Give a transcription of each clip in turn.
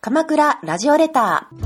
鎌倉ラジオレター。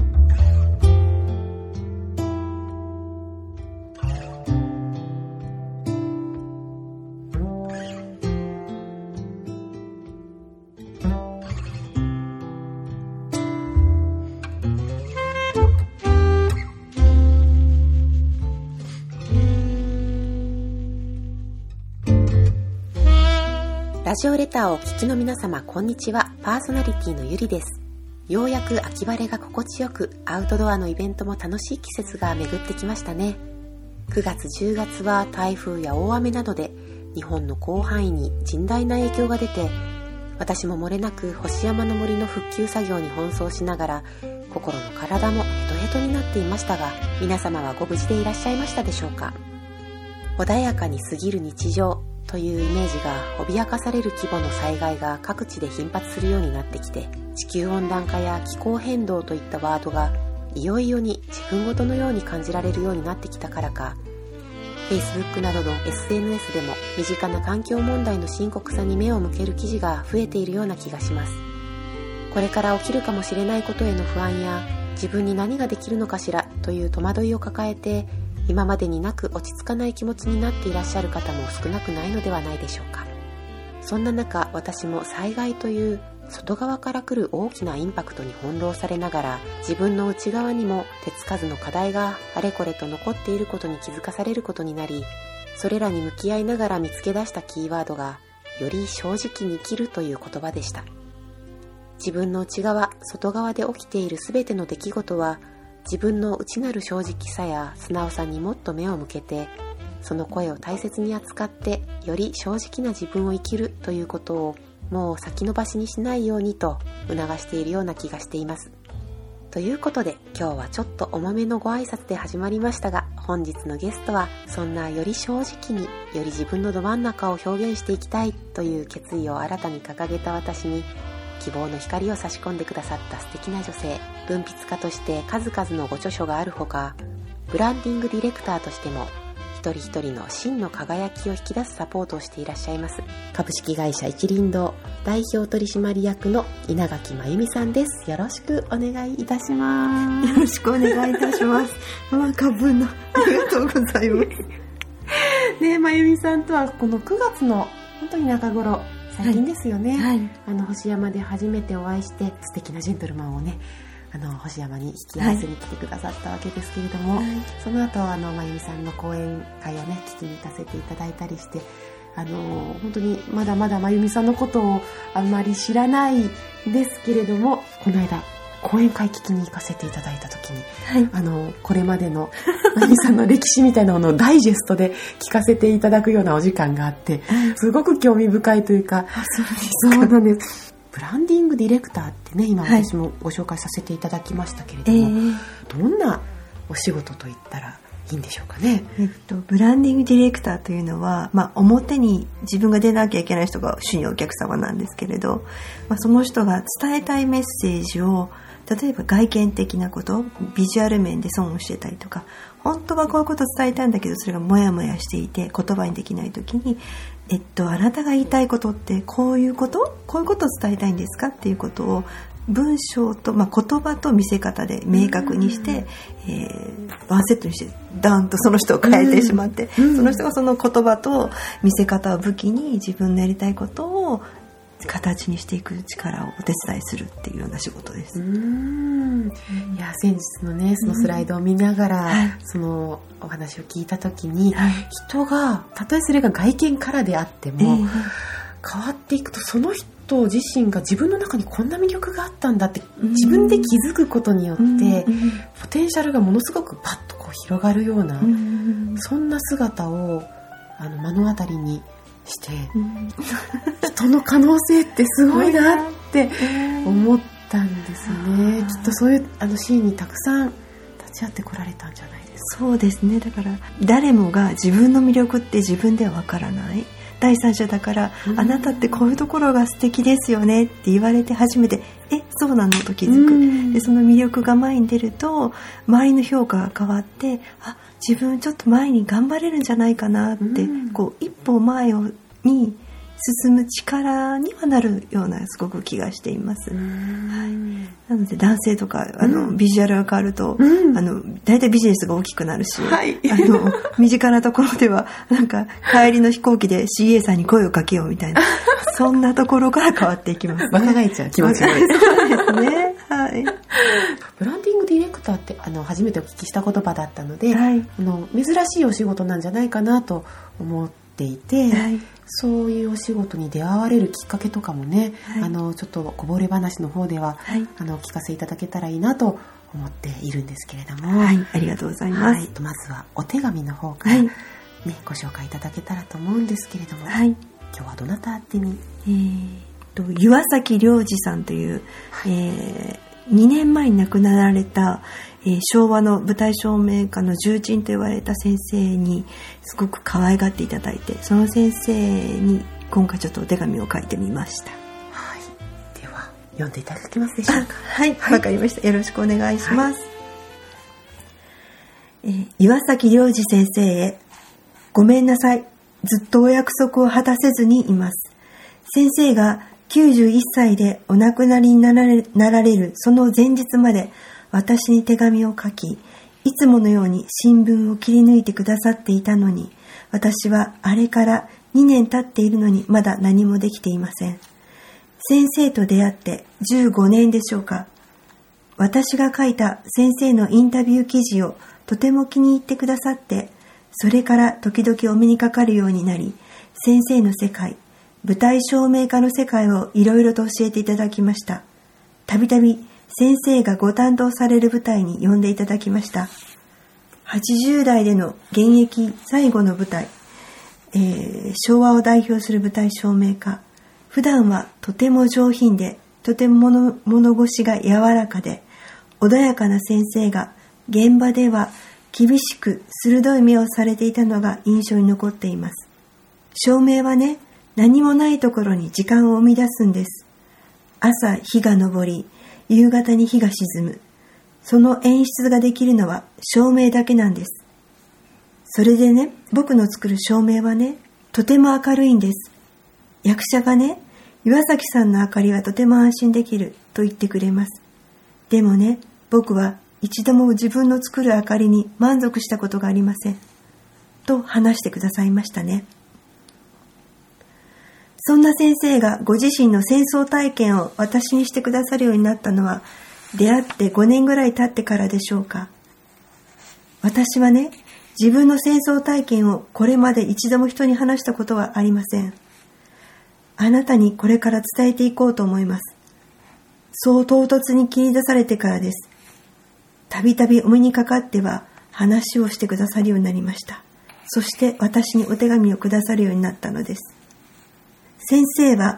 ラジオレターをお聞きの皆様、こんにちは。パーソナリティのゆりです。ようやく秋晴れが心地よく、アウトドアのイベントも楽しい季節が巡ってきましたね。9月10月は台風や大雨などで日本の広範囲に甚大な影響が出て、私も漏れなく星山の森の復旧作業に奔走しながら、心も体もヘトヘトになっていましたが、皆様はご無事でいらっしゃいましたでしょうか。穏やかに過ぎる日常というイメージが脅かされる規模の災害が各地で頻発するようになってきて、地球温暖化や気候変動といったワードがいよいよに自分ごとのように感じられるようになってきたからか、 Facebook などの SNS でも身近な環境問題の深刻さに目を向ける記事が増えているような気がします。これから起きるかもしれないことへの不安や、自分に何ができるのかしらという戸惑いを抱えて、今までになく落ち着かない気持ちになっていらっしゃる方も少なくないのではないでしょうか。そんな中、私も災害という外側から来る大きなインパクトに翻弄されながら、自分の内側にも手つかずの課題があれこれと残っていることに気づかされることになり、それらに向き合いながら見つけ出したキーワードが、より正直に生きるという言葉でした。自分の内側、外側で起きているすべての出来事は、自分の内なる正直さや素直さにもっと目を向けて、その声を大切に扱って、より正直な自分を生きるということをもう先延ばしにしないようにと促しているような気がしています。ということで、今日はちょっと重めのご挨拶で始まりましたが、本日のゲストはそんなより正直に、より自分のど真ん中を表現していきたいという決意を新たに掲げた私に、希望の光を差し込んでくださった素敵な女性、文筆家として数々のご著書があるほか、ブランディングディレクターとしても一人一人の真の輝きを引き出すサポートをしていらっしゃいます、株式会社一輪堂代表取締役の稲垣真由美さんです。よろしくお願いいたします。 よろしくお願いいたします。かぶのありがとうございますね、真由美さんとはこの9月の本当に中頃、最近ですよね、 はいはい、 星山で初めてお会いして、素敵なジェントルマンをね、星山に引き合わせに来てくださったわけですけれども、はい、その後真由美さんの講演会をね聞きに行かせていただいたりして、本当にまだまだ真由美さんのことをあんまり知らないですけれども、この間講演会聞きに行かせていただいた時に、はい、これまでの真由美さんの歴史みたいなものをダイジェストで聞かせていただくようなお時間があって、すごく興味深いというか、そうなんです。ブランディングディレクターってね、今私もご紹介させていただきましたけれども、どんなお仕事といったらいいんでしょうかね。 ブランディングディレクターというのは、表に自分が出なきゃいけない人が主にお客様なんですけれど、その人が伝えたいメッセージを、例えば外見的なこと、ビジュアル面で損をしてたりとか、本当はこういうことを伝えたいんだけど、それがモヤモヤしていて言葉にできないときに、あなたが言いたいことってこういうことを伝えたいんですかっていうことを文章と、言葉と見せ方で明確にして、ワンセットにしてダーンとその人を変えてしまって、その人がその言葉と見せ方を武器に自分のやりたいことを形にしていく力をお手伝いするっていうような仕事です。 いや、先日のねそのスライドを見ながら、そのお話を聞いた時に、人がたとえそれが外見からであっても、変わっていくと、その人自身が自分の中にこんな魅力があったんだって自分で気づくことによって、ポテンシャルがものすごくパッとこう広がるような、そんな姿を目の当たりにして、人の可能性ってすごいなって思ったんですね。きっとそういうシーンにたくさん立ち会ってこられたんじゃないですか。 そうですね。だから誰もが自分の魅力って自分ではわからない。第三者だから、あなたってこういうところが素敵ですよねって言われて初めて、そうなのと気づく。でその魅力が前に出ると、周りの評価が変わって、自分ちょっと前に頑張れるんじゃないかなって、こう一歩前に進む力にはなるようなすごく気がしています。はい、なので男性とかビジュアルが変わると、だいたいビジネスが大きくなるし、はい、身近なところではなんか帰りの飛行機で CA さんに声をかけようみたいなそんなところから変わっていきます、ね。 若返っちゃう気持ちがいい。 そうですね。はい。 ブランディングディレクターって初めてお聞きした言葉だったので、はい、珍しいお仕事なんじゃないかなと思っていて、はい、そういうお仕事に出会われるきっかけとかもね、はい、ちょっとこぼれ話の方では、はい、聞かせいただけたらいいなと思っているんですけれども、 はい、ありがとうございます。はい、 まずはお手紙の方から、ね、ご紹介いただけたらと思うんですけれども、はい、今日はどなた宛てに？ 岩崎良二さんという、はい、2年前に亡くなられた、昭和の舞台照明家の重鎮と言われた先生にすごく可愛がっていただいて、その先生に今回ちょっとお手紙を書いてみました。 はい、では読んでいただけますでしょうか？ はい、わかりました。よろしくお願いします。はい、岩崎良二先生へ、ごめんなさい。ずっとお約束を果たせずにいます。先生が91歳でお亡くなりになられるその前日まで私に手紙を書き、いつものように新聞を切り抜いてくださっていたのに、私はあれから2年経っているのにまだ何もできていません。先生と出会って15年でしょうか。私が書いた先生のインタビュー記事をとても気に入ってくださって、それから時々お目にかかるようになり、先生の世界、舞台照明家の世界をいろいろと教えていただきました。たびたび先生がご担当される舞台に呼んでいただきました。80代での現役最後の舞台、昭和を代表する舞台照明家。普段はとても上品で、とても物腰が柔らかで、穏やかな先生が現場では厳しく鋭い目をされていたのが印象に残っています。照明はね、何もないところに時間を生み出すんです。朝日が昇り、夕方に日が沈む。その演出ができるのは照明だけなんです。それでね、僕の作る照明はね、とても明るいんです。役者がね、岩崎さんの明かりはとても安心できると言ってくれます。でもね、僕は一度も自分の作る明かりに満足したことがありません。と話してくださいましたね。そんな先生がご自身の戦争体験を私にしてくださるようになったのは、出会って5年ぐらい経ってからでしょうか。私はね、自分の戦争体験をこれまで一度も人に話したことはありません。あなたにこれから伝えていこうと思います。そう唐突に切り出されてからです。たびたびお目にかかっては話をしてくださるようになりました。そして私にお手紙をくださるようになったのです。先生は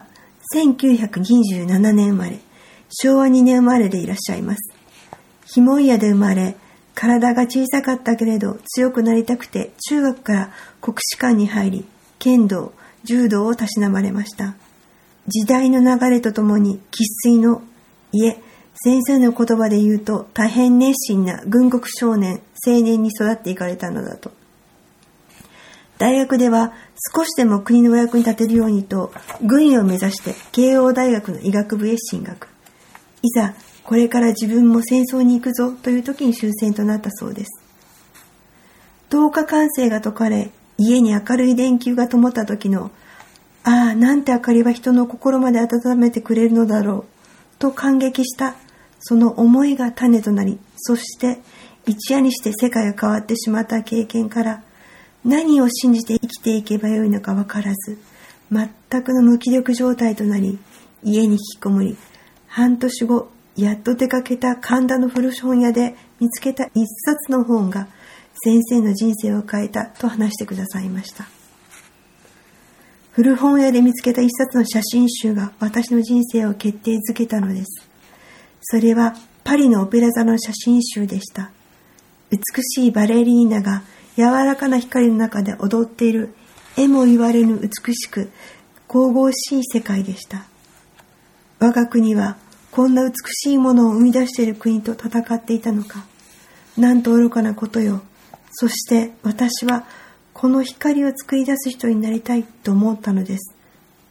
1927年生まれ、昭和2年生まれでいらっしゃいます。ひもいやで生まれ、体が小さかったけれど強くなりたくて中学から国士舘に入り、剣道、柔道をたしなまれました。時代の流れとともに生粋の、先生の言葉で言うと大変熱心な軍国少年、青年に育っていかれたのだと。大学では少しでも国のお役に立てるようにと軍医を目指して慶応大学の医学部へ進学。いざこれから自分も戦争に行くぞという時に終戦となったそうです。灯火管制が解かれ、家に明るい電球が灯った時の、ああ、なんて明かりは人の心まで温めてくれるのだろうと感激した、その思いが種となり、そして一夜にして世界が変わってしまった経験から、何を信じて生きていけばよいのか分からず、全くの無気力状態となり、家に引きこもり、半年後、やっと出かけた神田の古本屋で見つけた一冊の本が先生の人生を変えたと話してくださいました。古本屋で見つけた一冊の写真集が私の人生を決定づけたのです。それはパリのオペラ座の写真集でした。美しいバレリーナが柔らかな光の中で踊っている絵も言われぬ美しく神々しい世界でした。我が国はこんな美しいものを生み出している国と戦っていたのか。なんと愚かなことよ。そして私はこの光を作り出す人になりたいと思ったのです。と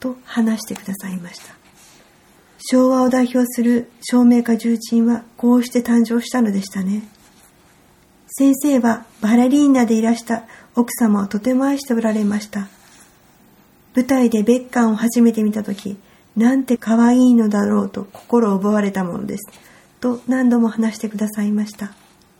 と話してくださいました。昭和を代表する照明家重鎮はこうして誕生したのでしたね。先生はバレリーナでいらした奥様をとても愛しておられました。舞台でベッカンを初めて見たとき、なんて可愛いのだろうと心を奪われたものです。と何度も話してくださいました。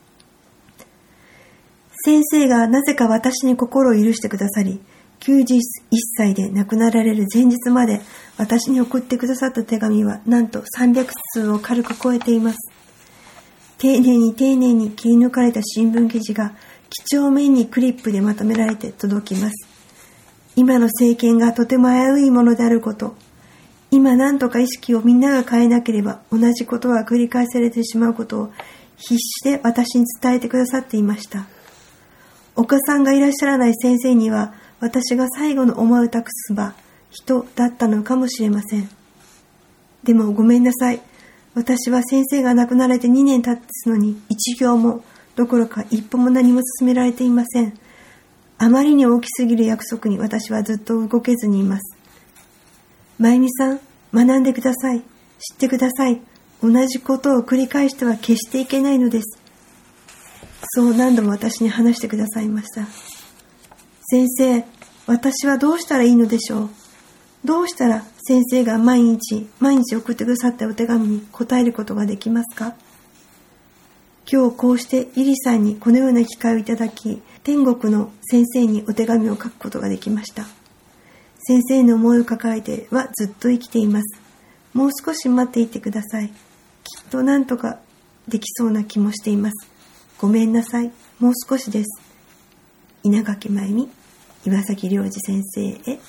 先生がなぜか私に心を許してくださり、91歳で亡くなられる前日まで私に送ってくださった手紙はなんと300通を軽く超えています。丁寧に丁寧に切り抜かれた新聞記事が几帳面にクリップでまとめられて届きます。今の政権がとても危ういものであること、今何とか意識をみんなが変えなければ同じことが繰り返されてしまうことを必死で私に伝えてくださっていました。お母さんがいらっしゃらない先生には私が最後の思いを託すば人だったのかもしれません。でもごめんなさい。私は先生が亡くなられて2年経つのに一行もどころか一歩も何も進められていません。あまりに大きすぎる約束に私はずっと動けずにいます。まゆみさん、学んでください。知ってください。同じことを繰り返しては決していけないのです。そう何度も私に話してくださいました。先生、私はどうしたらいいのでしょう。どうしたら先生が毎日送ってくださったお手紙に答えることができますか。今日こうしてゆりさんにこのような機会をいただき、天国の先生にお手紙を書くことができました。先生の思いを抱えてはずっと生きています。もう少し待っていてください。きっと何とかできそうな気もしています。ごめんなさい。もう少しです。稲垣真由美、岩崎良二先生へ。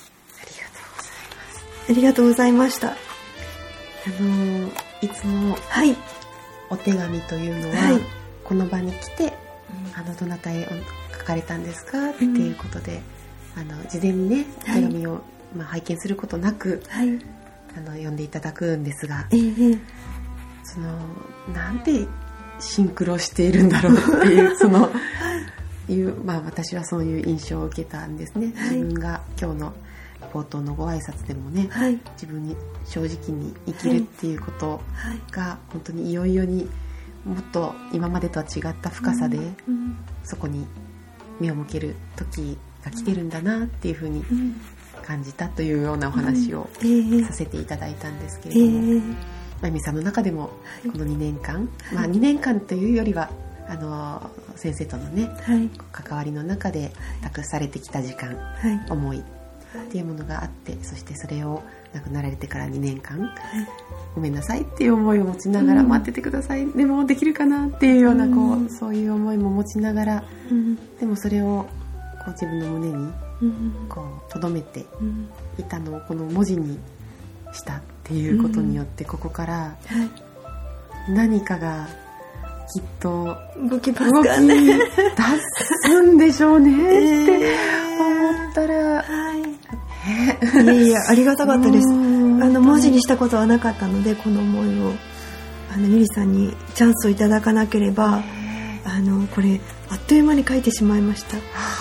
ありがとうございました。 いつもお手紙というのは、この場に来て、どなたへ書かれたんですかっていうことで、事前にねお手紙を、拝見することなく、読んでいただくんですが、なんてシンクロしているんだろうっていう私はそういう印象を受けたんですね。自分が今日の冒頭のご挨拶でもね、自分に正直に生きるっていうことが本当にいよいよにもっと今までとは違った深さで、そこに目を向ける時が来てるんだなっていうふうに感じたというようなお話をさせていただいたんですけれども、まゆみさんの中でもこの2年間、2年間というよりは先生とのね、関わりの中で託されてきた時間、思いっていうものがあって、そしてそれを亡くなられてから2年間、ごめんなさいっていう思いを持ちながら、待っててください、でもできるかなっていうようなそういう思いも持ちながら、でもそれを自分の胸に留めていたのをこの文字にしたっていうことによって、ここから何かがきっと動きますかね、 出すんでしょうねって思ったら、 いやありがたかったです。文字にしたことはなかったので、この思いをゆりさんにチャンスをいただかなければ、これあっという間に書いてしまいました。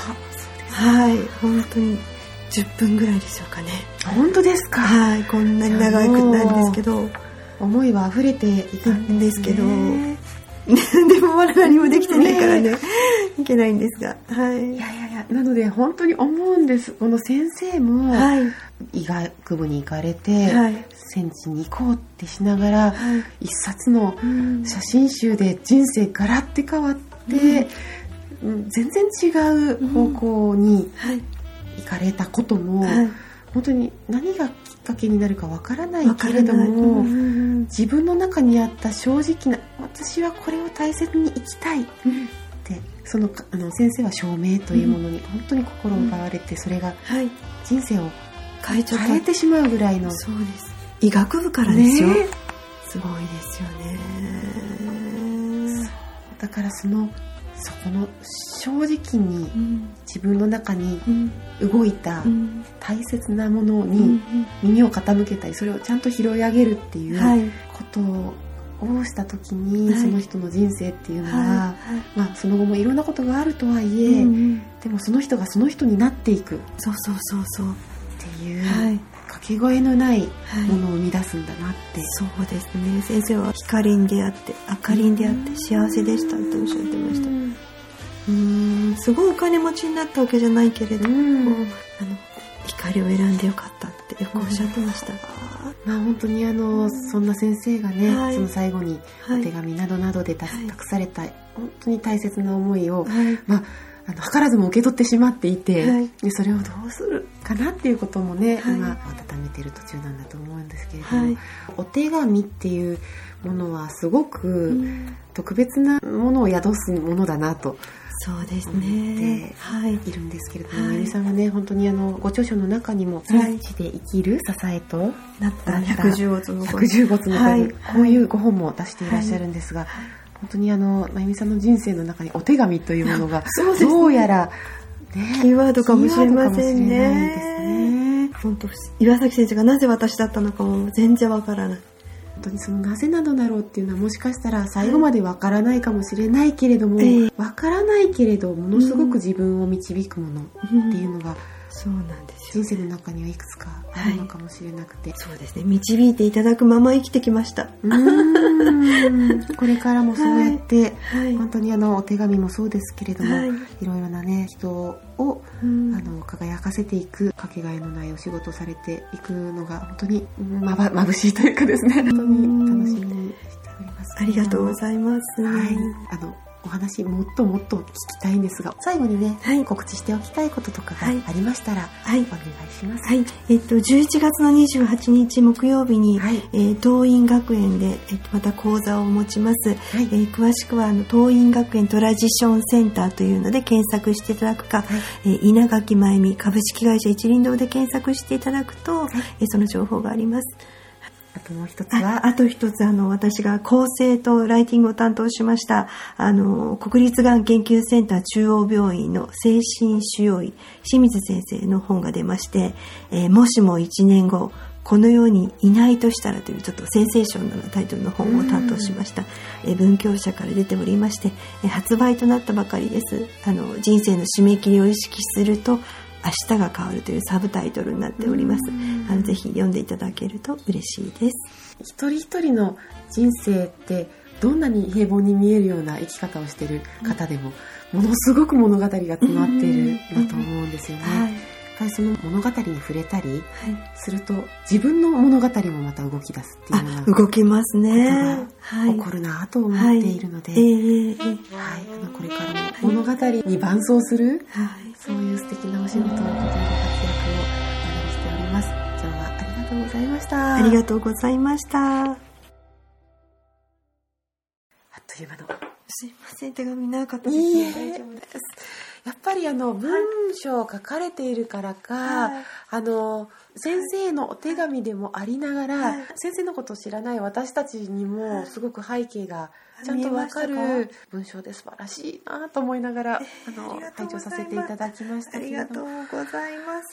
本当に10分ぐらいでしょうかね。 本当ですか。 こんなに長くなんですけど、 思いは溢れていたんですけど、 でもまだ何もできてないからねいけないんですが、 いやなので本当に思うんです。この先生も医学部に行かれて、戦地に行こうってしながら、一冊の写真集で人生ガラッて変わって、全然違う方向に行かれたことも、本当に何がきっかけになるかわからないけれども、自分の中にあった正直な、私はこれを大切に生きたいって、先生は証明というものに本当に心を奪われて、それが人生を変えてしまうぐらいの、 そうです、医学部からですよ、すごいですよね。 だからそこの正直に自分の中に動いた大切なものに耳を傾けたり、それをちゃんと拾い上げるっていうことをした時に、その人の人生っていうのは、その後もいろんなことがあるとはいえ、でもその人がその人になっていくっていう、かけがえのないものを生み出すんだなって、 そうですね。先生は光に出会って明かりに出会って幸せでしたっておっしゃってました。すごいお金持ちになったわけじゃないけれども、光を選んでよかったってよくおっしゃってました。 本当にそんな先生がね、その最後にお手紙などなどで託された本当に大切な思いを、図らずも受け取ってしまっていて、でそれをどうするかなっていうこともね、今温めている途中なんだと思うんですけれども、お手紙っていうものはすごく特別なものを宿すものだなとそうです思ね。 っているんですけれども、ゆりさんはね、本当にご著書の中にも戦地で生きる支えとなった110号のこういうご本も出していらっしゃるんですが、本当にまゆみさんの人生の中にお手紙というものがどうやら、 キーワードかもしれませんね。本当、岩崎先生がなぜ私だったのかも全然わからない。 本当にそのなぜなのだろうっていうのはもしかしたら最後までわからないかもしれないけれども、わからないけれどものすごく自分を導くものっていうのが、 そうなんですよ。 人生の中にはいくつかあるのかもしれなくて、 そうですね。導いていただくまま生きてきました。 これからもそうやって、本当にお手紙もそうですけれども、いろいろなね人を輝かせていくかけがえのないお仕事をされていくのが本当に眩しいというかですね、本当に楽しみにしております。 ありがとうございます。 お話もっともっと聞きたいんですが、最後にね、告知しておきたいこととかがありましたら、お願いします。 11月の28日木曜日に、東院学園で、また講座を持ちます。詳しくは東院学園トラジションセンターというので検索していただくか、稲垣真由美株式会社一輪堂で検索していただくと、その情報があります。 あともう一つは、 あと一つ私が構成とライティングを担当しました国立がん研究センター中央病院の精神腫瘍医清水先生の本が出まして、もしも1年後この世にいないとしたらというちょっとセンセーションなタイトルの本を担当しました。文教社から出ておりまして、発売となったばかりです。人生の締め切りを意識すると明日が変わるというサブタイトルになっております。ぜひ読んでいただけると嬉しいです。 一人一人の人生ってどんなに平凡に見えるような生き方をしている方でも、ものすごく物語が詰まっているんだと思うんですよね。やっぱりその物語に触れたりすると、自分の物語もまた動き出すっていうような動きますね。 起こるなと思っているので、これからも物語に伴走する、そういう素敵なお仕事を、ご活躍をお願いしております。今日はありがとうございました。 ありがとうございました。あっという間の。 すいません、手紙なかったですね。 大丈夫です。やっぱり文章を書かれているからか、先生のお手紙でもありながら、先生のことを知らない私たちにもすごく背景がちゃんと分かる文章で素晴らしいなと思いながら拝聴させていただきましたけれども、 ありがとうございます。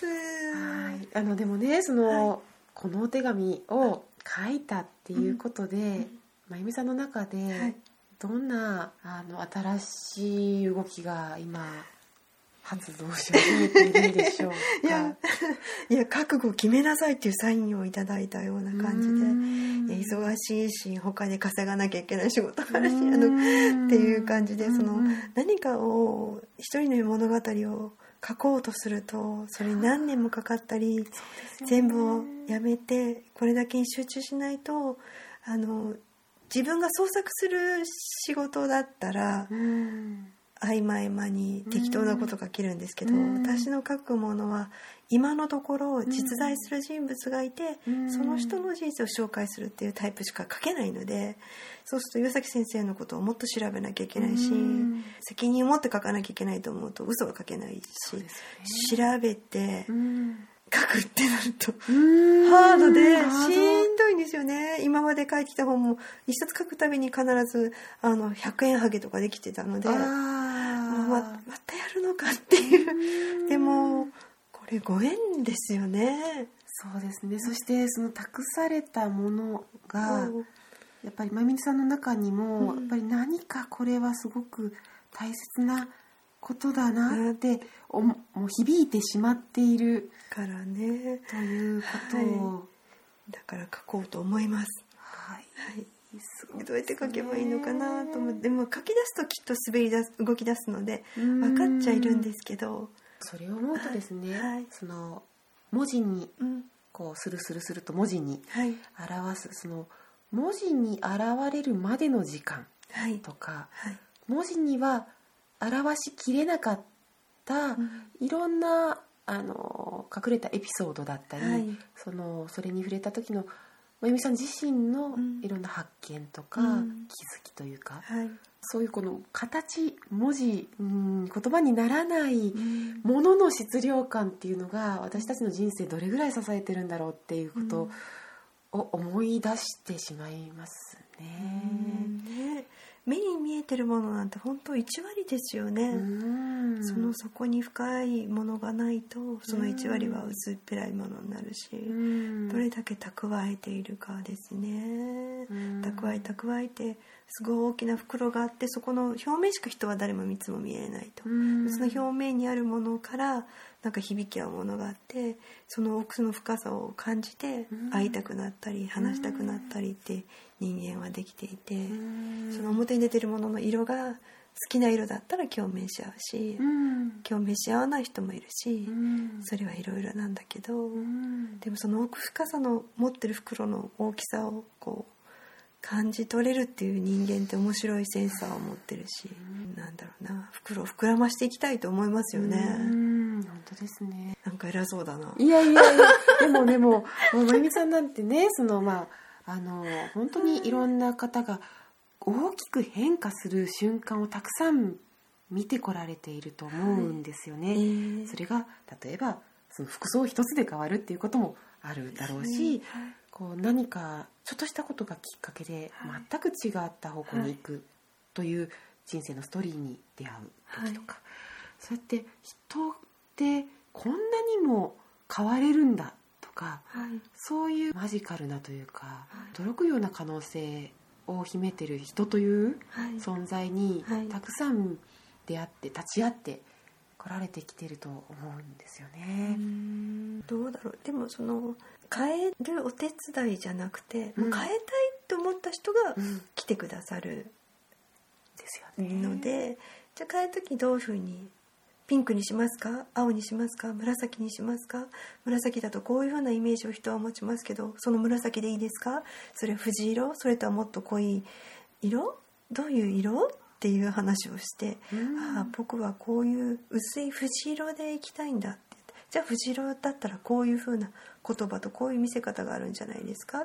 でもね、このお手紙を書いたっていうことで、まゆみさんの中でどんな新しい動きが今発動し始めているんでしょうか。 いや覚悟を決めなさいっていうサインをいただいたような感じで、忙しいし他で稼がなきゃいけない仕事があるしっていう感じで、何かを一人の物語を書こうとするとそれに何年もかかったり、全部をやめてこれだけに集中しないと自分が創作する仕事だったら合間合間に適当なことが起きるんですけど、私の書くものは今のところ実在する人物がいて、その人の人生を紹介するっていうタイプしか書けないので、そうすると岩崎先生のことをもっと調べなきゃいけないし、責任を持って書かなきゃいけないと思うと嘘は書けないし、調べて書くってなるとハードでしんどいんですよね。今まで書いてきた本も一冊書くたびに必ず100円ハゲとかできてたので、またやるのかっていうでもこれご縁ですよね。 そうですね。そしてその託されたものがやっぱりまゆみさんの中にもやっぱり何かこれはすごく大切なことだなってもう響いてしまっているからねということを、 はい、だから書こうと思います。 はい、 はい、どうやって書けばいいのかなと思って、でも書き出すときっと動き出すので分かっちゃいるんですけど、 それを思うとですね、 はい、 その文字にこうスルと文字に表す、その文字に現れるまでの時間とか、 はいはい、 文字には表しきれなかったいろんな隠れたエピソードだったり、はい、それに触れた時のまゆみさん自身のいろんな発見とか、気づきというか、はい、そういうこの形、文字、言葉にならないものの質量感っていうのが私たちの人生どれぐらい支えてるんだろうっていうことを思い出してしまいますね。 目に見えてるものなんて本当1割ですよね。そこに深いものがないとその1割は薄っぺらいものになるし、どれだけ蓄えているかですね。蓄えてすごい大きな袋があって、そこの表面しか人は誰も見つも見えないと、その表面にあるものからなんか響き合うものがあって、その奥の深さを感じて会いたくなったり話したくなったりって人間はできていて、その表に出てるものの色が好きな色だったら共鳴し合うし、共鳴し合わない人もいるし、それはいろいろなんだけど、でもその奥深さの持ってる袋の大きさをこう感じ取れるっていう人間って面白いセンサーを持ってるし、なんだろうな、袋を膨らましていきたいと思いますよね。 本当ですね。 なんか偉そうだな。 いやでもまゆみさんなんてね、本当にいろんな方が大きく変化する瞬間をたくさん見てこられていると思うんですよね。それが例えばその服装一つで変わるっていうこともあるだろうし、こう何かちょっとしたことがきっかけで全く違った方向に行くという人生のストーリーに出会う時とか、そうやって人ってこんなにも変われるんだとか、そういうマジカルなというか、驚くような可能性を秘めてる人という存在にたくさん出会って立ち会って来られてきてると思うんですよね。 どうだろう。でもその変えるお手伝いじゃなくて、もう変えたいと思った人が来てくださるですよね。ので、じゃあ変える時どういう風にピンクにしますか、青にしますか、紫にしますか。紫だとこういう風なイメージを人は持ちますけど、その紫でいいですか、それは藤色、それとはもっと濃い色、どういう色っていう話をして、僕はこういう薄い藤色でいきたいんだって、じゃあ藤色だったらこういう風な言葉とこういう見せ方があるんじゃないですかって、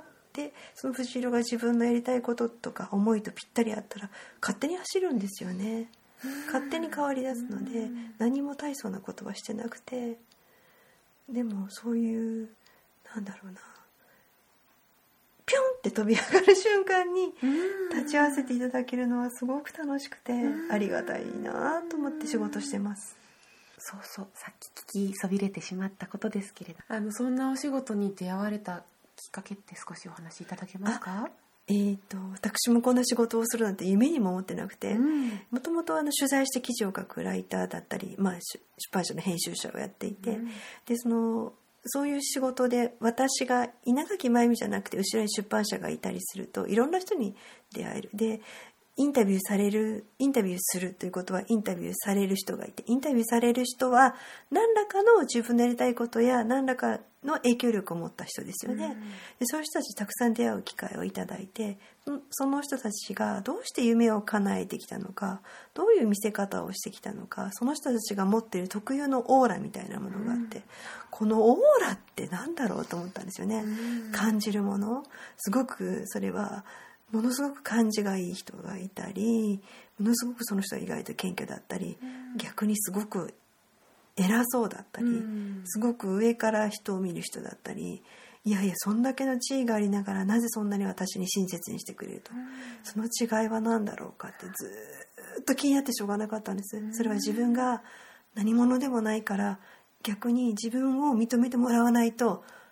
その藤色が自分のやりたいこととか思いとぴったりあったら勝手に走るんですよね。勝手に変わり出すので、何も大層なことはしてなくて、でもそういうなんだろうな、ピョンって飛び上がる瞬間に立ち会わせていただけるのはすごく楽しくてありがたいなと思って仕事してます。 そうさっき聞きそびれてしまったことですけれど、そんなお仕事に出会われたきっかけって少しお話しいただけますか？ 私もこんな仕事をするなんて夢にも思ってなくて、もともと取材して記事を書くライターだったり、出版社の編集者をやっていて、でそういう仕事で私が稲垣真由美じゃなくて後ろに出版社がいたりするといろんな人に出会える。でインタビューするということはインタビューされる人がいて、インタビューされる人は何らかの自分のやりたいことや何らかの影響力を持った人ですよね。でそういう人たちたくさん出会う機会をいただいて、その人たちがどうして夢を叶えてきたのか、どういう見せ方をしてきたのか、その人たちが持っている特有のオーラみたいなものがあって、このオーラって何だろうと思ったんですよね。感じるもの、すごくそれはものすごく感じがいい人がいたり、ものすごくその人は意外と謙虚だったり、逆にすごく偉そうだったり、すごく上から人を見る人だったり、いやいやそんだけの地位がありながらなぜそんなに私に親切にしてくれると、その違いは何だろうかってずっと気になってしょうがなかったんです。それは自分が何者でもないから、逆に自分を認めてもらわないと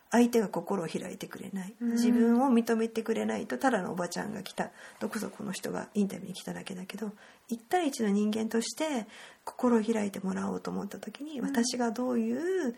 相手が心を開いてくれない、自分を認めてくれないと、ただのおばちゃんが来た、どこそこの人がインタビューに来ただけだけど、1対1の人間として心を開いてもらおうと思った時に、私がどういう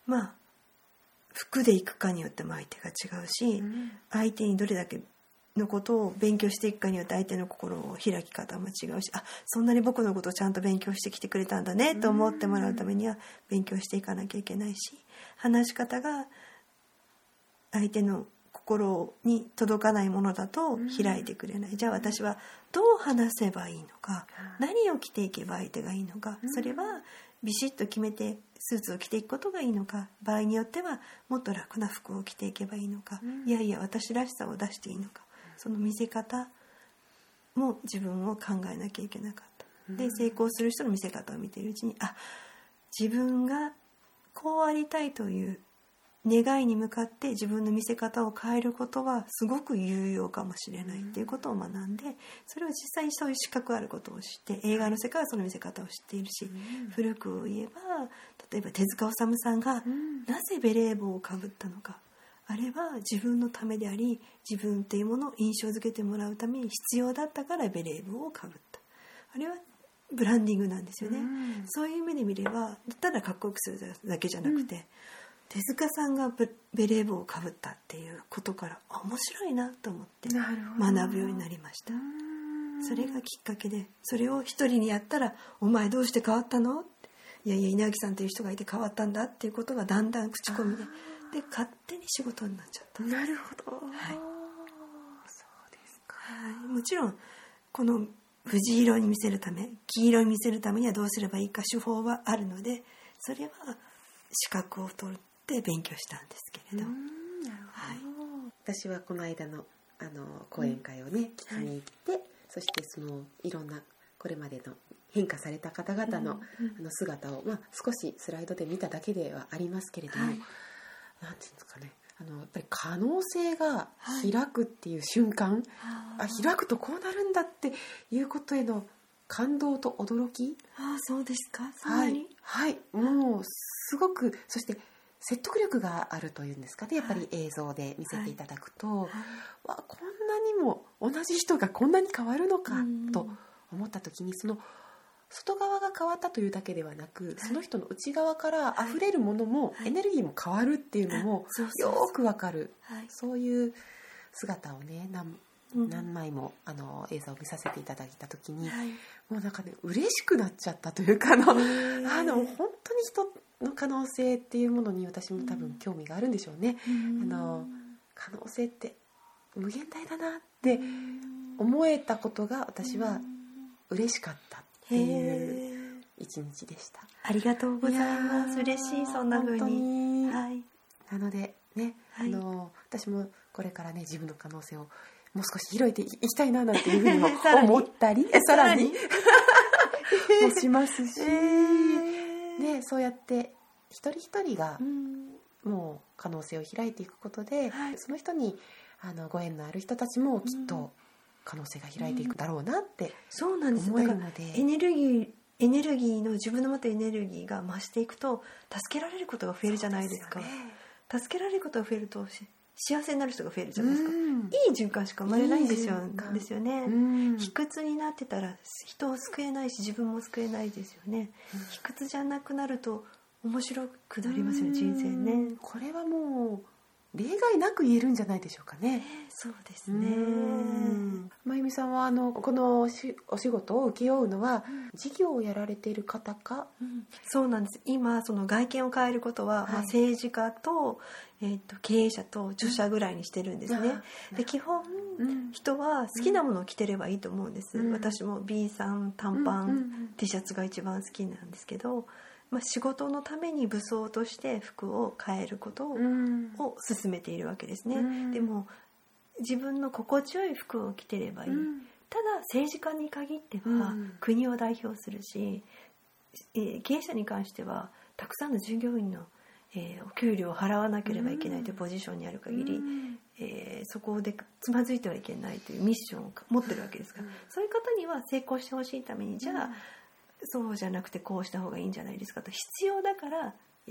服でいくかによっても相手が違うし、相手にどれだけのことを勉強していくかによって相手の心を開き方も違うし、そんなに僕のことをちゃんと勉強してきてくれたんだねと思ってもらうためには勉強していかなきゃいけないし、話し方が相手の心に届かないものだと開いてくれない、じゃあ私はどう話せばいいのか、何を着ていけば相手がいいのか、それはビシッと決めてスーツを着ていくことがいいのか、場合によってはもっと楽な服を着ていけばいいのか、いやいや私らしさを出していいのか、その見せ方も自分を考えなきゃいけなかった。で、成功する人の見せ方を見ているうちに、自分がこうありたいという願いに向かって自分の見せ方を変えることはすごく有用かもしれないっていうことを学んで、それを実際にそういう資格あることを知って、映画の世界はその見せ方を知っているし、古く言えば例えば手塚治虫さんがなぜベレー帽をかぶったのか、あれは自分のためであり、自分というものを印象づけてもらうために必要だったからベレー帽をかぶった。あれはブランディングなんですよね。そういう意味で見れば、ただかっこよくするだけじゃなくて、手塚さんがベレー帽をかぶったっていうことから面白いなと思って学ぶようになりました。それがきっかけで、それを一人にやったら、お前どうして変わったの？いやいや稲垣さんという人がいて変わったんだっていうことがだんだん口コミで勝手に仕事になっちゃった。 なるほど、 はい、 そうですか。 もちろんこの藤色に見せるため、黄色に見せるためにはどうすればいいか手法はあるので、それは資格を取って勉強したんですけれど、 なるほど、私はこの間の講演会をね、聞きに行って、そしてそのいろんなこれまでの変化された方々の、姿を、少しスライドで見ただけではありますけれども、なんていうんですかね、やっぱり可能性が開くっていう瞬間、開くとこうなるんだっていうことへの感動と驚き。 そうですか。 はい、もうすごく、そして説得力があるというんですかね、やっぱり映像で見せていただくと、こんなにも同じ人がこんなに変わるのかと思った時に、その外側が変わったというだけではなく、その人の内側から溢れるものも、エネルギーも変わるっていうのもよくわかる、そういう姿をね、何枚も映像を見させていただいた時に、もうなんかね、嬉しくなっちゃったというか、本当に人の可能性っていうものに私も多分興味があるんでしょうね。可能性って無限大だなって思えたことが、私は嬉しかったっていう一日でした。 ありがとうございます。嬉しい、そんな風に。 なのでね、私もこれからね、自分の可能性をもう少し広げていきたいななんていうふうにも思ったりさらにもしますし、ね、そうやって一人一人がもう可能性を開いていくことで、その人にご縁のある人たちもきっと可能性が開いていくだろうなって思えるので、 エネルギーの、自分の持ってエネルギーが増していくと助けられることが増えるじゃないですか。助けられることが増えると幸せになる人が増えるじゃないですか。いい循環しか生まれないんですよね。卑屈になってたら人を救えないし、自分も救えないですよね。卑屈じゃなくなると面白くなりますよ、人生ね。 これはもう例外なく言えるんじゃないでしょうかね。 そうですね。 まゆみさんはこのお仕事を請け負うのは、事業をやられている方か。 そうなんです。今その外見を変えることは、政治家と、経営者と著者ぐらいにしてるんですね。で、基本、人は好きなものを着てればいいと思うんです。私も B さん短パン、T シャツが一番好きなんですけど、仕事のために武装として服を変えることを進めているわけですね。でも自分の心地よい服を着てればいい。ただ政治家に限っては国を代表するし、経営者に関してはたくさんの従業員のお給料を払わなければいけないというポジションにある限り、そこでつまずいてはいけないというミッションを持ってるわけですから、そういう方には成功してほしいために、じゃあそうじゃなくてこうした方がいいんじゃないですかと、必要だからやる。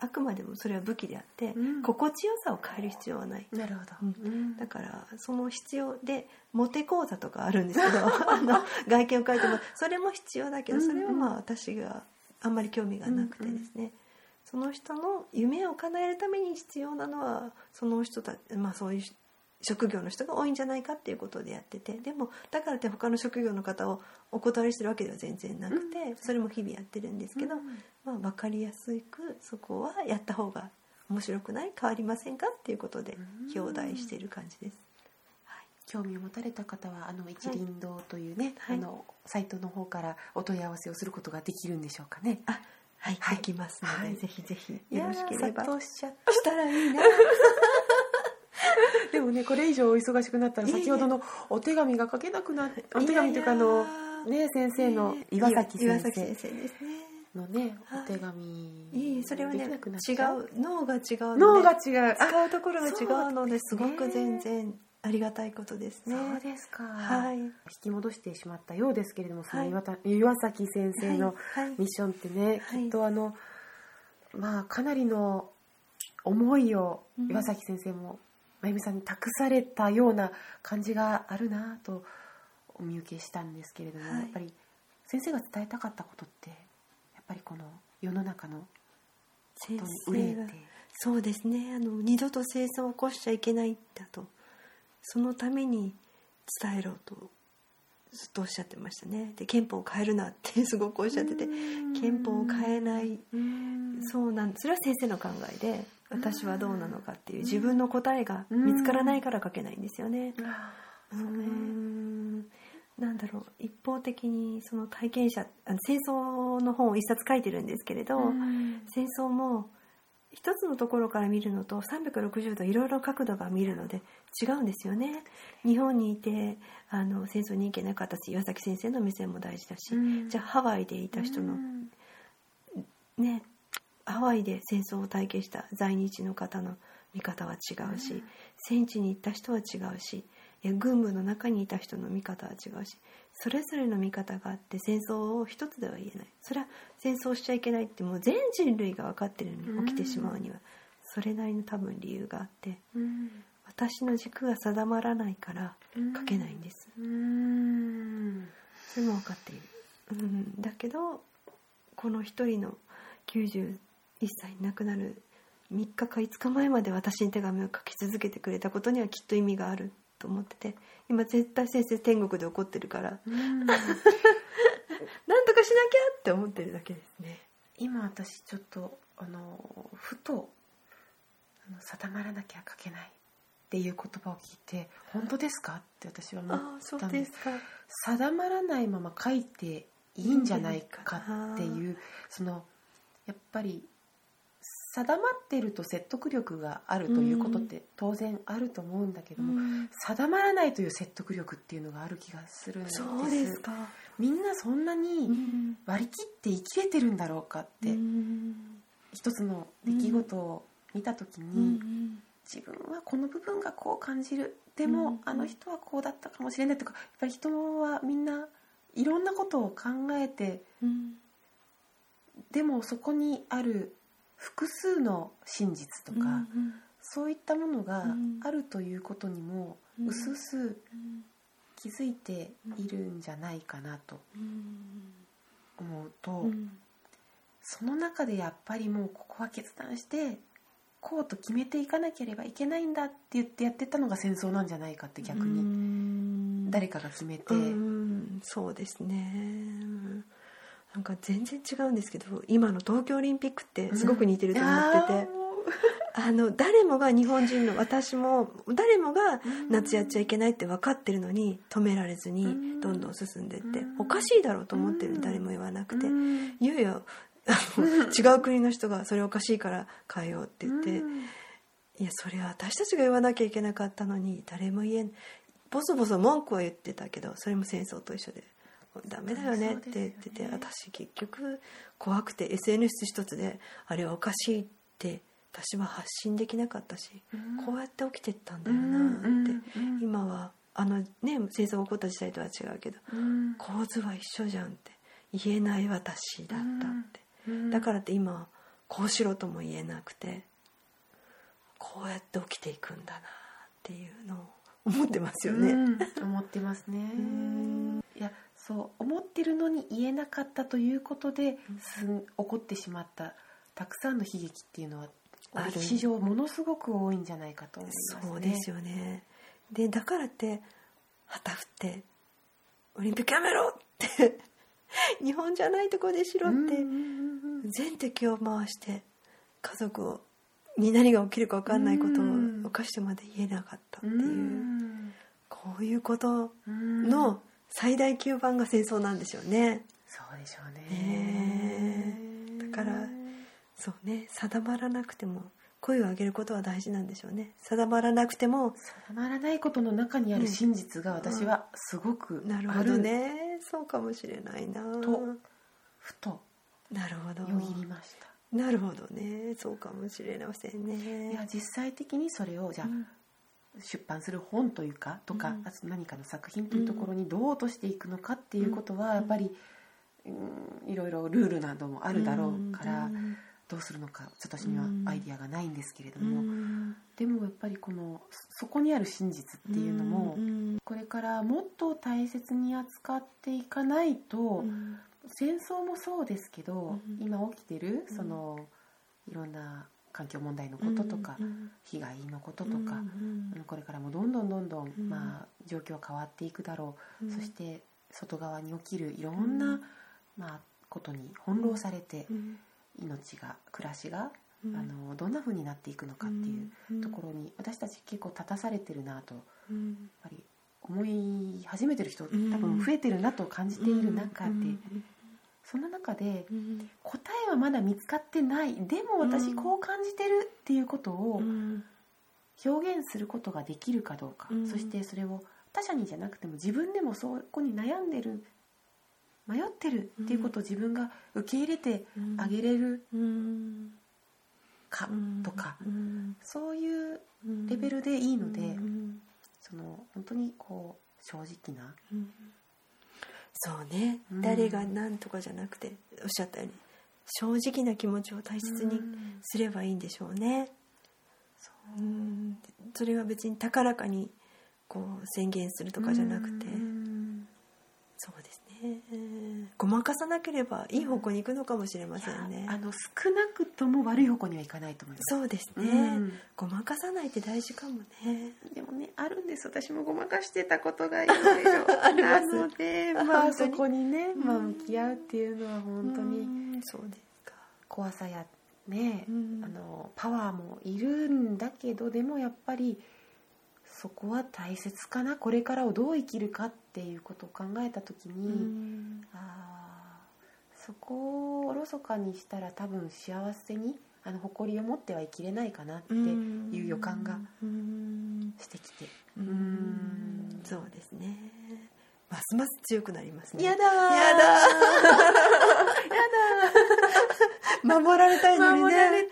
あくまでもそれは武器であって、 うん、 心地よさを変える必要はない。 なるほど、 だからその必要でモテ講座とかあるんですけど外見を変えてもそれも必要だけど、それはまあ私があんまり興味がなくてですね、その人の夢を叶えるために必要なのはその人たち、そういう職業の人が多いんじゃないかっていうことでやってて、でもだからって他の職業の方をお断りしてるわけでは全然なくて、それも日々やってるんですけど、分かりやすくそこはやった方が面白くない、変わりませんかっていうことで表題している感じです。 興味を持たれた方は一輪堂というね、サイトの方からお問い合わせをすることができるんでしょうかね。 できますので、ぜひぜひよろしければ殺到したらいいなでもね、これ以上お忙しくなったら先ほどのお手紙が書けなくなって、お手紙というか先生の岩崎先生ですねのね、お手紙、 それはね、違う、脳が違うので、 脳が違う、 使うところが違うのですごく全然ありがたいことですね。 そうですか。 引き戻してしまったようですけれども、その岩崎先生のミッションってね、きっとかなりの思いを岩崎先生もまゆみさんに託されたような感じがあるなとお見受けしたんですけれども、やっぱり先生が伝えたかったことってやっぱりこの世の中の先生がそうですね、二度と戦争を起こしちゃいけないんだと、そのために伝えろとずっとおっしゃってましたね。で、憲法を変えるなってすごくおっしゃってて、憲法を変えない、それは先生の考えで、私はどうなのかっていう自分の答えが見つからないから書けないんですよね。なんだろう、一方的にその体験者、戦争の本を一冊書いてるんですけれど、戦争も一つのところから見るのと360度いろいろ角度が見るので違うんですよね。日本にいて戦争に行けなかったし、岩崎先生の目線も大事だし、じゃあハワイでいた人のね、ハワイで戦争を体験した在日の方の見方は違うし、戦地に行った人は違うし、軍部の中にいた人の見方は違うし、それぞれの見方があって、戦争を一つでは言えない。それは戦争しちゃいけないってもう全人類が分かってるのに起きてしまうにはそれなりの多分理由があって、私の軸が定まらないから書けないんです。それも分かっている。だけどこの一人の91歳に亡くなる3日か5日前まで私に手紙を書き続けてくれたことにはきっと意味があると思ってて、今絶対先生天国で怒ってるからなんとかしなきゃって思ってるだけですね。 今私ちょっとふと定まらなきゃ書けないっていう言葉を聞いて、本当ですかって私は思ったんです。定まらないまま書いていいんじゃないかっていう、やっぱり定まっていると説得力があるということって当然あると思うんだけども、定まらないという説得力っていうのがある気がするんです。 そうですか。 みんなそんなに割り切って生きれてるんだろうかって、一つの出来事を見た時に、自分はこの部分がこう感じる、でもあの人はこうだったかもしれないとか、やっぱり人はみんないろんなことを考えて、でもそこにある複数の真実とか、そういったものがあるということにもうすうす気づいているんじゃないかなと思うと、その中でやっぱりもうここは決断してこうと決めていかなければいけないんだって言ってやってたのが戦争なんじゃないかって、逆に誰かが決めて、 そうですね。なんか全然違うんですけど、今の東京オリンピックってすごく似てると思ってて、誰もが日本人の私も誰もが夏やっちゃいけないって分かってるのに止められずにどんどん進んでって、おかしいだろうと思ってる、誰も言わなくて、いよいよ違う国の人がそれおかしいから変えようって言って、いやそれは私たちが言わなきゃいけなかったのに誰も言えん、ボソボソ文句は言ってたけど、それも戦争と一緒でダメだよねって言ってて、私結局怖くて SNS 一つであれはおかしいって私は発信できなかったし、こうやって起きてったんだよなって、今は戦争が起こった時代とは違うけど、構図は一緒じゃんって、言えない私だったって、だからって今こうしろとも言えなくて、こうやって起きていくんだなっていうのを思ってますよね。 思ってますね。いや、そう思ってるのに言えなかったということで、起こってしまったたくさんの悲劇っていうのは歴史上ものすごく多いんじゃないかと思いますね。 そうですよね。でだからって旗振ってオリンピックやめろって日本じゃないとこでしろって全敵を回して家族に何が起きるか分かんないことを犯してまで言えなかったっていうこういうことの最大級版が戦争なんでしょうね。 そうでしょうね。 だからそうね、定まらなくても声を上げることは大事なんでしょうね。定まらなくても定まらないことの中にある真実が私はすごくある、 なるほどね。そうかもしれないなとふとなるほどよぎりました。 なるほどね。そうかもしれませんね。 いや実際的にそれをじゃあ、出版する本というかとか、あと何かの作品というところにどう落としていくのかっていうことはやっぱり、いろいろルールなどもあるだろうから、どうするのかちょっと私にはアイディアがないんですけれども、でもやっぱりそこにある真実っていうのも、これからもっと大切に扱っていかないと、戦争もそうですけど、今起きてるいろんな環境問題のこととか、被害のこととか、これからもどんどん、状況は変わっていくだろう、そして外側に起きるいろんな、ことに翻弄されて、命が暮らしが、どんな風になっていくのかっていうところに私たち結構立たされてるなと、やっぱり思い始めてる人多分増えてるなと感じている中で、その中で答えはまだ見つかってない、でも私こう感じてるっていうことを表現することができるかどうか、そしてそれを他者にじゃなくても自分でもそこに悩んでる、迷ってるっていうことを自分が受け入れてあげれるかとか、そういうレベルでいいので、本当に正直な、 そうね、誰が何とかじゃなくて、おっしゃったように正直な気持ちを大切にすればいいんでしょうね。それは別に高らかに宣言するとかじゃなくて、そうですね、ごまかさなければいい方向に行くのかもしれませんね。 少なくとも悪い方向にはいかないと思います。 そうですね、ごまかさないって大事かもね。 でもね、あるんです。私もごまかしてたことがいろいろなのでそこにね、向き合うっていうのは本当にそうですか。 怖さやね、パワーもいるんだけど、でもやっぱりそこは大切かな。これからをどう生きるかっていうことを考えた時に、そこをおろそかにしたら多分幸せに誇りを持っては生きれないかなっていう予感がしてきて、 そうですね、ますます強くなりますね。 やだ守られたいのにね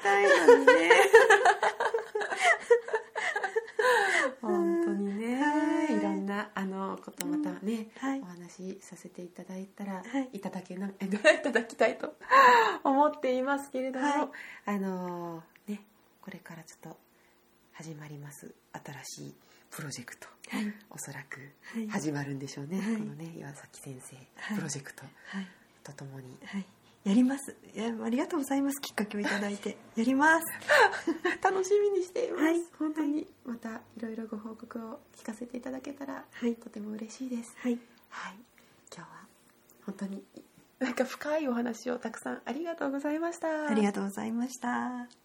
本当にね、いろんなことまたね、お話しさせていただいたら、いただきたいと思っていますけれども、これからちょっと始まります新しいプロジェクト、おそらく始まるんでしょうね、このね岩崎先生プロジェクトとともに、 やります。ありがとうございます。きっかけをいただいてやります楽しみにしています、本当にまたいろいろご報告を聞かせていただけたら、とても嬉しいです。今日は本当に深いお話をたくさんありがとうございました。 ありがとうございました。